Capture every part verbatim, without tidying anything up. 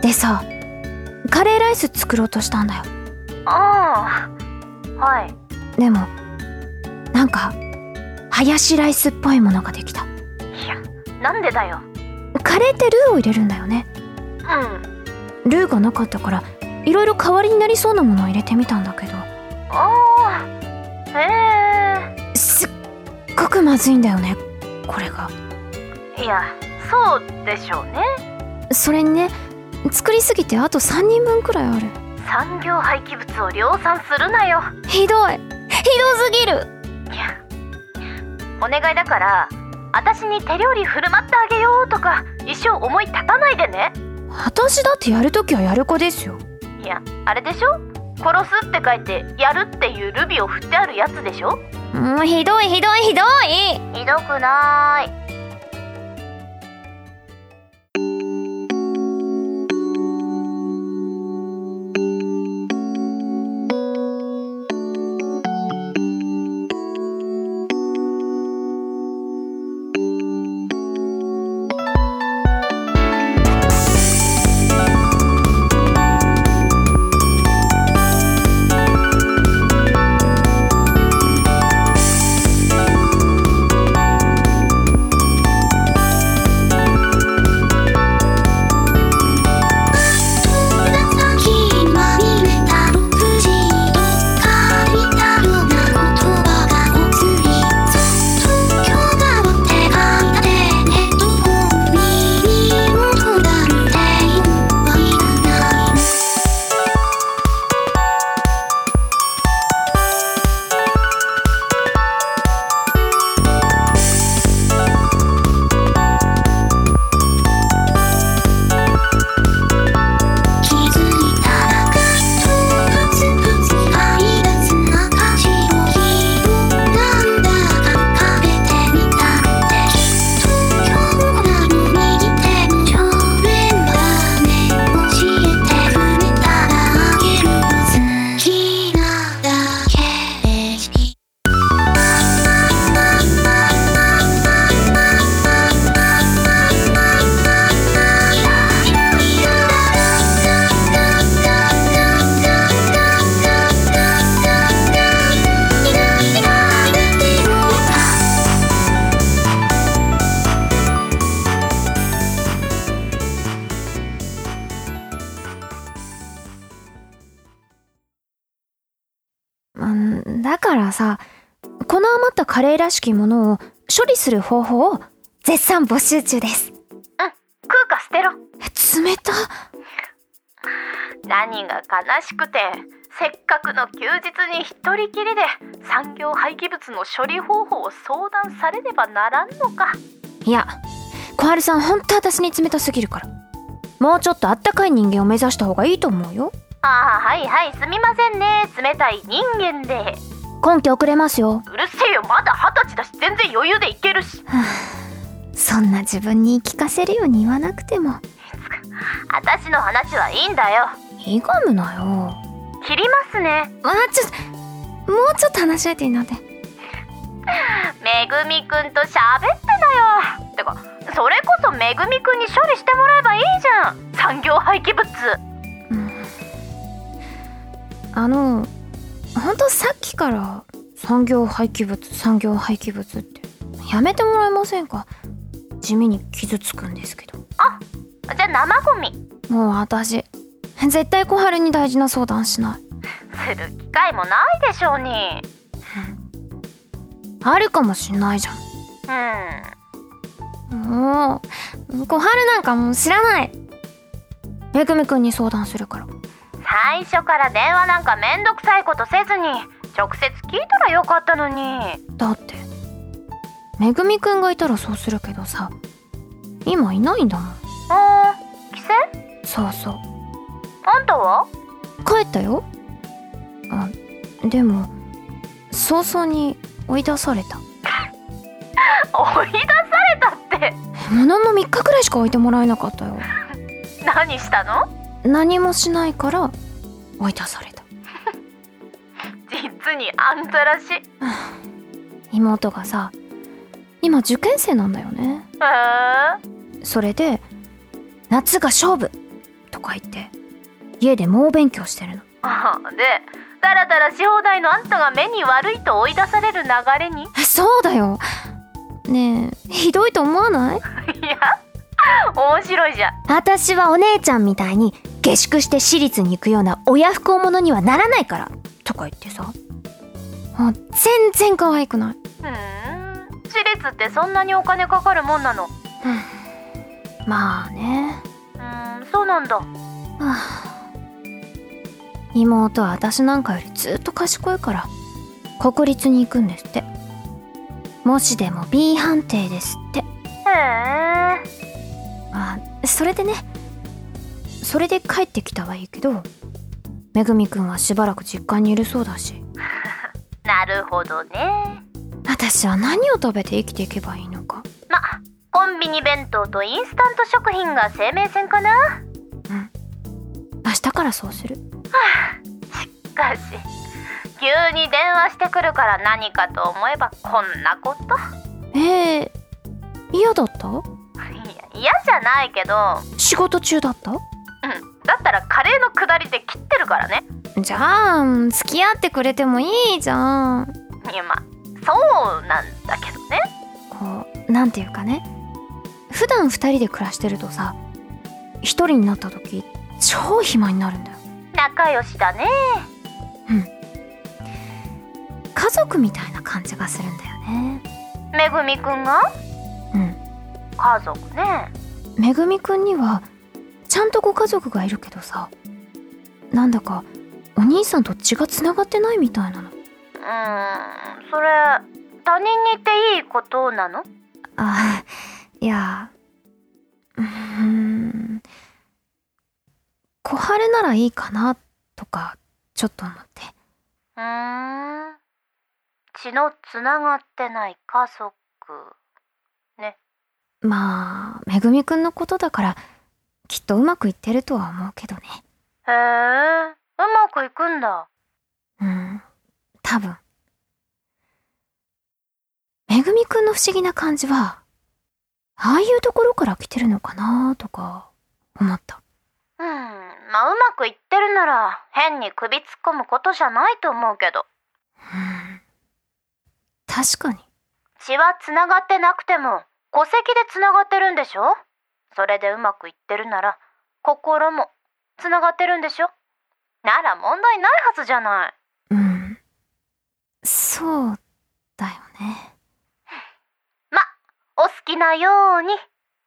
でさ、カレーライス作ろうとしたんだよ。 ああ、はい。 でもなんかハヤシライスっぽいものができた。 いや、なんでだよ。 カレーってルーを入れるんだよね。 うん。 ルーがなかったからいろいろ代わりになりそうなものを入れてみたんだけど、 ああ、へえ。 すっごくまずいんだよね、これが。 いや、そうでしょうね。 それにね、作りすぎてあとさんにんぶんくらいある。 産業廃棄物を量産するなよ。 ひどい、ひどすぎる。 いや、お願いだから私に手料理振る舞ってあげようとか一生思い立たないでね。 私だってやるときはやる子ですよ。 いや、あれでしょ、殺すって書いてやるっていうルビを振ってあるやつでしょ。 もうひどいひどいひどい。 ひどくない。 だからさ、この余ったカレーらしきものを処理する方法を絶賛募集中です。 うん、食うか捨てろ。 冷た。 何が悲しくて、せっかくの休日に一人きりで産業廃棄物の処理方法を相談されねばならんのか。 いや、小春さんほんと私に冷たすぎるから、もうちょっとあったかい人間を目指した方がいいと思うよ。 ああ、はいはい、すみませんね、冷たい人間で。 根拠遅れますよ。 うるせえよ、まだ二十歳だし全然余裕でいけるし。 そんな自分に言い聞かせるように言わなくても。 私の話はいいんだよ。 いがむなよ。 切りますね。 あ、ちょっともうちょっと話し相手になって。 めぐみくんと喋ってなよ。てかそれこそめぐみくんに処理してもらえばいいじゃん、産業廃棄物。 うん、あのほんとさっきから産業廃棄物産業廃棄物ってやめてもらえませんか。地味に傷つくんですけど。 あ、じゃあ生ゴミ。 もう私絶対小春に大事な相談しない。 する機会もないでしょうに。 あるかもしんないじゃん。もう小春なんかもう知らない。めぐみくんに相談するから。 最初から電話なんかめんどくさいことせずに直接聞いたらよかったのに。 だってめぐみくんがいたらそうするけどさ、今いないんだもん。 あー、帰省？ そうそう。 あんたは？ 帰ったよ。あ、でも早々に追い出された。 追い出されたって。 もののみっかくらいしか置いてもらえなかったよ。 何したの？ 何もしないから追い出された。 実にあんたらしい。 妹がさ、今受験生なんだよね。 へえ。 それで夏が勝負とかか言って家で猛勉強してるの。 あでダラダラし放題のあんたが目に悪いと追い出される流れに。 そうだよ。ねえひどいと思わない？ いや面白いじゃん。 私はお姉ちゃんみたいに下宿して私立に行くような親不孝者にはならないからとか言ってさ、あ全然可愛くない。 ふーん私立ってそんなにお金かかるもんなの？ まあね。 うーんそうなんだ。はあ、妹は私なんかよりずっと賢いから国立に行くんですって。模試でも B 判定ですって。へえ。 あそれでねそれで帰ってきたはいいけど、めぐみくんはしばらく実家にいるそうだし。 なるほどね。 私は何を食べて生きていけばいいのか。 まコンビニ弁当とインスタント食品が生命線かな。 うん明日からそうする。 はあ、しかし急に電話してくるから何かと思えばこんなこと。 えー、嫌だった？ いや嫌じゃないけど。 仕事中だった？ うんだったらカレーのくだりで切ってるからね。 じゃあ付き合ってくれてもいいじゃん。 いやまあそうなんだけどね。 こうなんていうかね、普段二人で暮らしてるとさ、一人になった時超暇になるんだよ。 仲良しだね。 うん家族みたいな感じがするんだよね。 めぐみくんが？ うん家族ね。 めぐみくんにはちゃんとご家族がいるけどさ、なんだかお兄さんと血がつながってないみたいなの。 うーんそれ他人に言っていいことなの？ あいやうーん小春ならいいかなとかちょっと思って。 うーん血のつながってない家族ね。 まあめぐみくんのことだからきっとうまくいってるとは思うけどね。 へえうまくいくんだ。 うん多分。めぐみくんの不思議な感じはああいうところから来てるのかなとか思った。 うんまあうまくいってるなら変に首突っ込むことじゃないと思うけど。 うん確かに。 血はつながってなくても戸籍でつながってるんでしょ。それでうまくいってるなら心もつながってるんでしょ。なら問題ないはずじゃない。 うんそうだよね。 まお好きなように。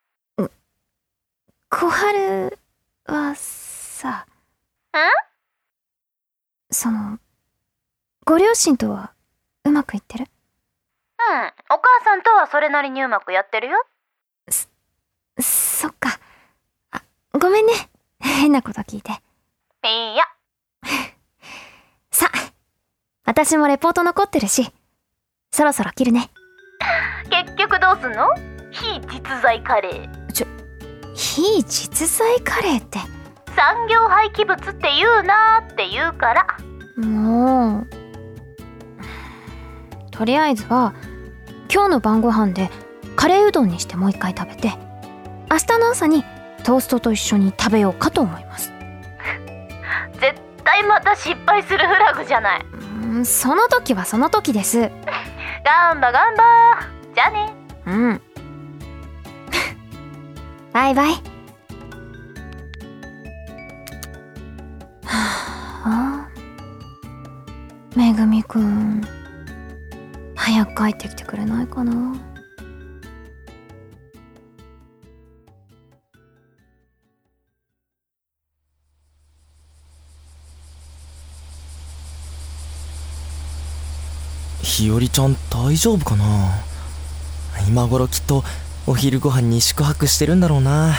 小春はさ、 ん？ そのご両親とはうまくいってる？ うん、お母さんとはそれなりにうまくやってるよ。 そ、そっか。あ、ごめんね。変なこと聞いて。 いいや。 さ、私もレポート残ってるし、そろそろ切るね。 結局どうすんの？非実在カレー。 ちょ、非実在カレーって。 産業廃棄物って言うなーって言うから。 もう。とりあえずは今日の晩ご飯でカレーうどんにしてもう一回食べて、明日の朝にトーストと一緒に食べようかと思います。 絶対また失敗するフラグじゃない。 うんその時はその時です。 ガンバガンバじゃあね。 うんバイバイ。はあめぐみくん早く帰ってきてくれないかな。 ひよりちゃん大丈夫かな。今頃きっとお昼ご飯に宿泊してるんだろうな。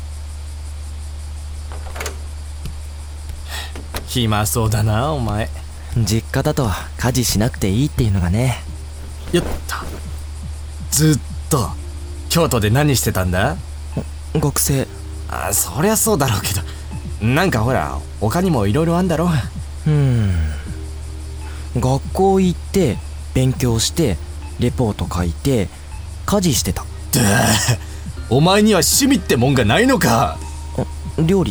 暇そうだなお前。 実家だと家事しなくていいっていうのがね。 よっと。ずっと京都で何してたんだ？ 学生。 あ、そりゃそうだろうけど、なんかほら他にもいろいろあんだろ。 うーん学校行って勉強してレポート書いて家事してた。 お前には趣味ってもんがないのか。 料理。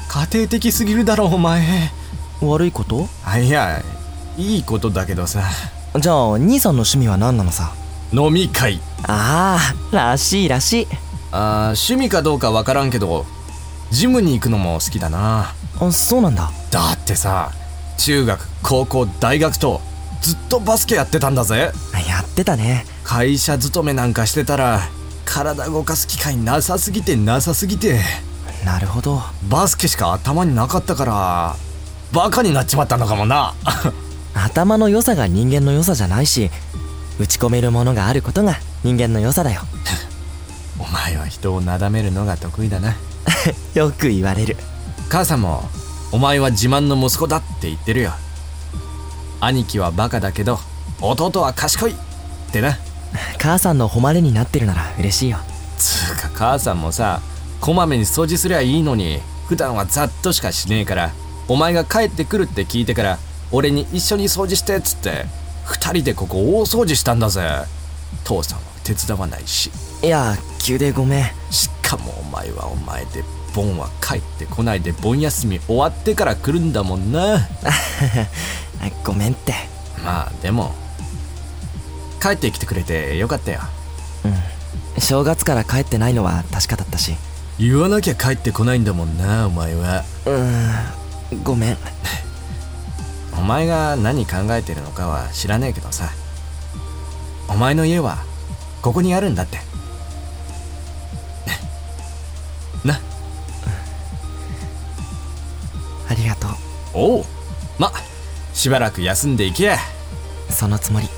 家庭的すぎるだろお前。 悪いこと？ あ、いやいいことだけどさ。 じゃあ兄さんの趣味は何なのさ？ 飲み会。 ああ、らしいらしい。 あ、趣味かどうかわからんけどジムに行くのも好きだな。 あ、そうなんだ。 だってさ、中学高校大学とずっとバスケやってたんだぜ。 やってたね。 会社勤めなんかしてたら体動かす機会なさすぎてなさすぎて。 なるほど。 バスケしか頭になかったからバカになっちまったのかもな。 頭の良さが人間の良さじゃないし、打ち込めるものがあることが人間の良さだよ。 お前は人をなだめるのが得意だな。 よく言われる。 母さんもお前は自慢の息子だって言ってるよ。兄貴はバカだけど弟は賢いってな。 母さんの誉れになってるなら嬉しいよ。 つうか母さんもさ、こまめに掃除すりゃいいのに普段はざっとしかしねえから、お前が帰ってくるって聞いてから俺に一緒に掃除してっつって二人でここ大掃除したんだぜ。父さんは手伝わないし。 いや、急でごめん。 しかもお前はお前でボンは帰ってこないで盆休み終わってから来るんだもんな。 ごめんって。 まあでも帰ってきてくれてよかったよ。 うん、正月から帰ってないのは確かだったし。 言わなきゃ帰ってこないんだもんなお前は。 うーん、ごめん。 お前が何考えてるのかは知らねえけどさ、お前の家はここにあるんだってな。 ありがとう。 おう、ま、しばらく休んでいけや。 そのつもり。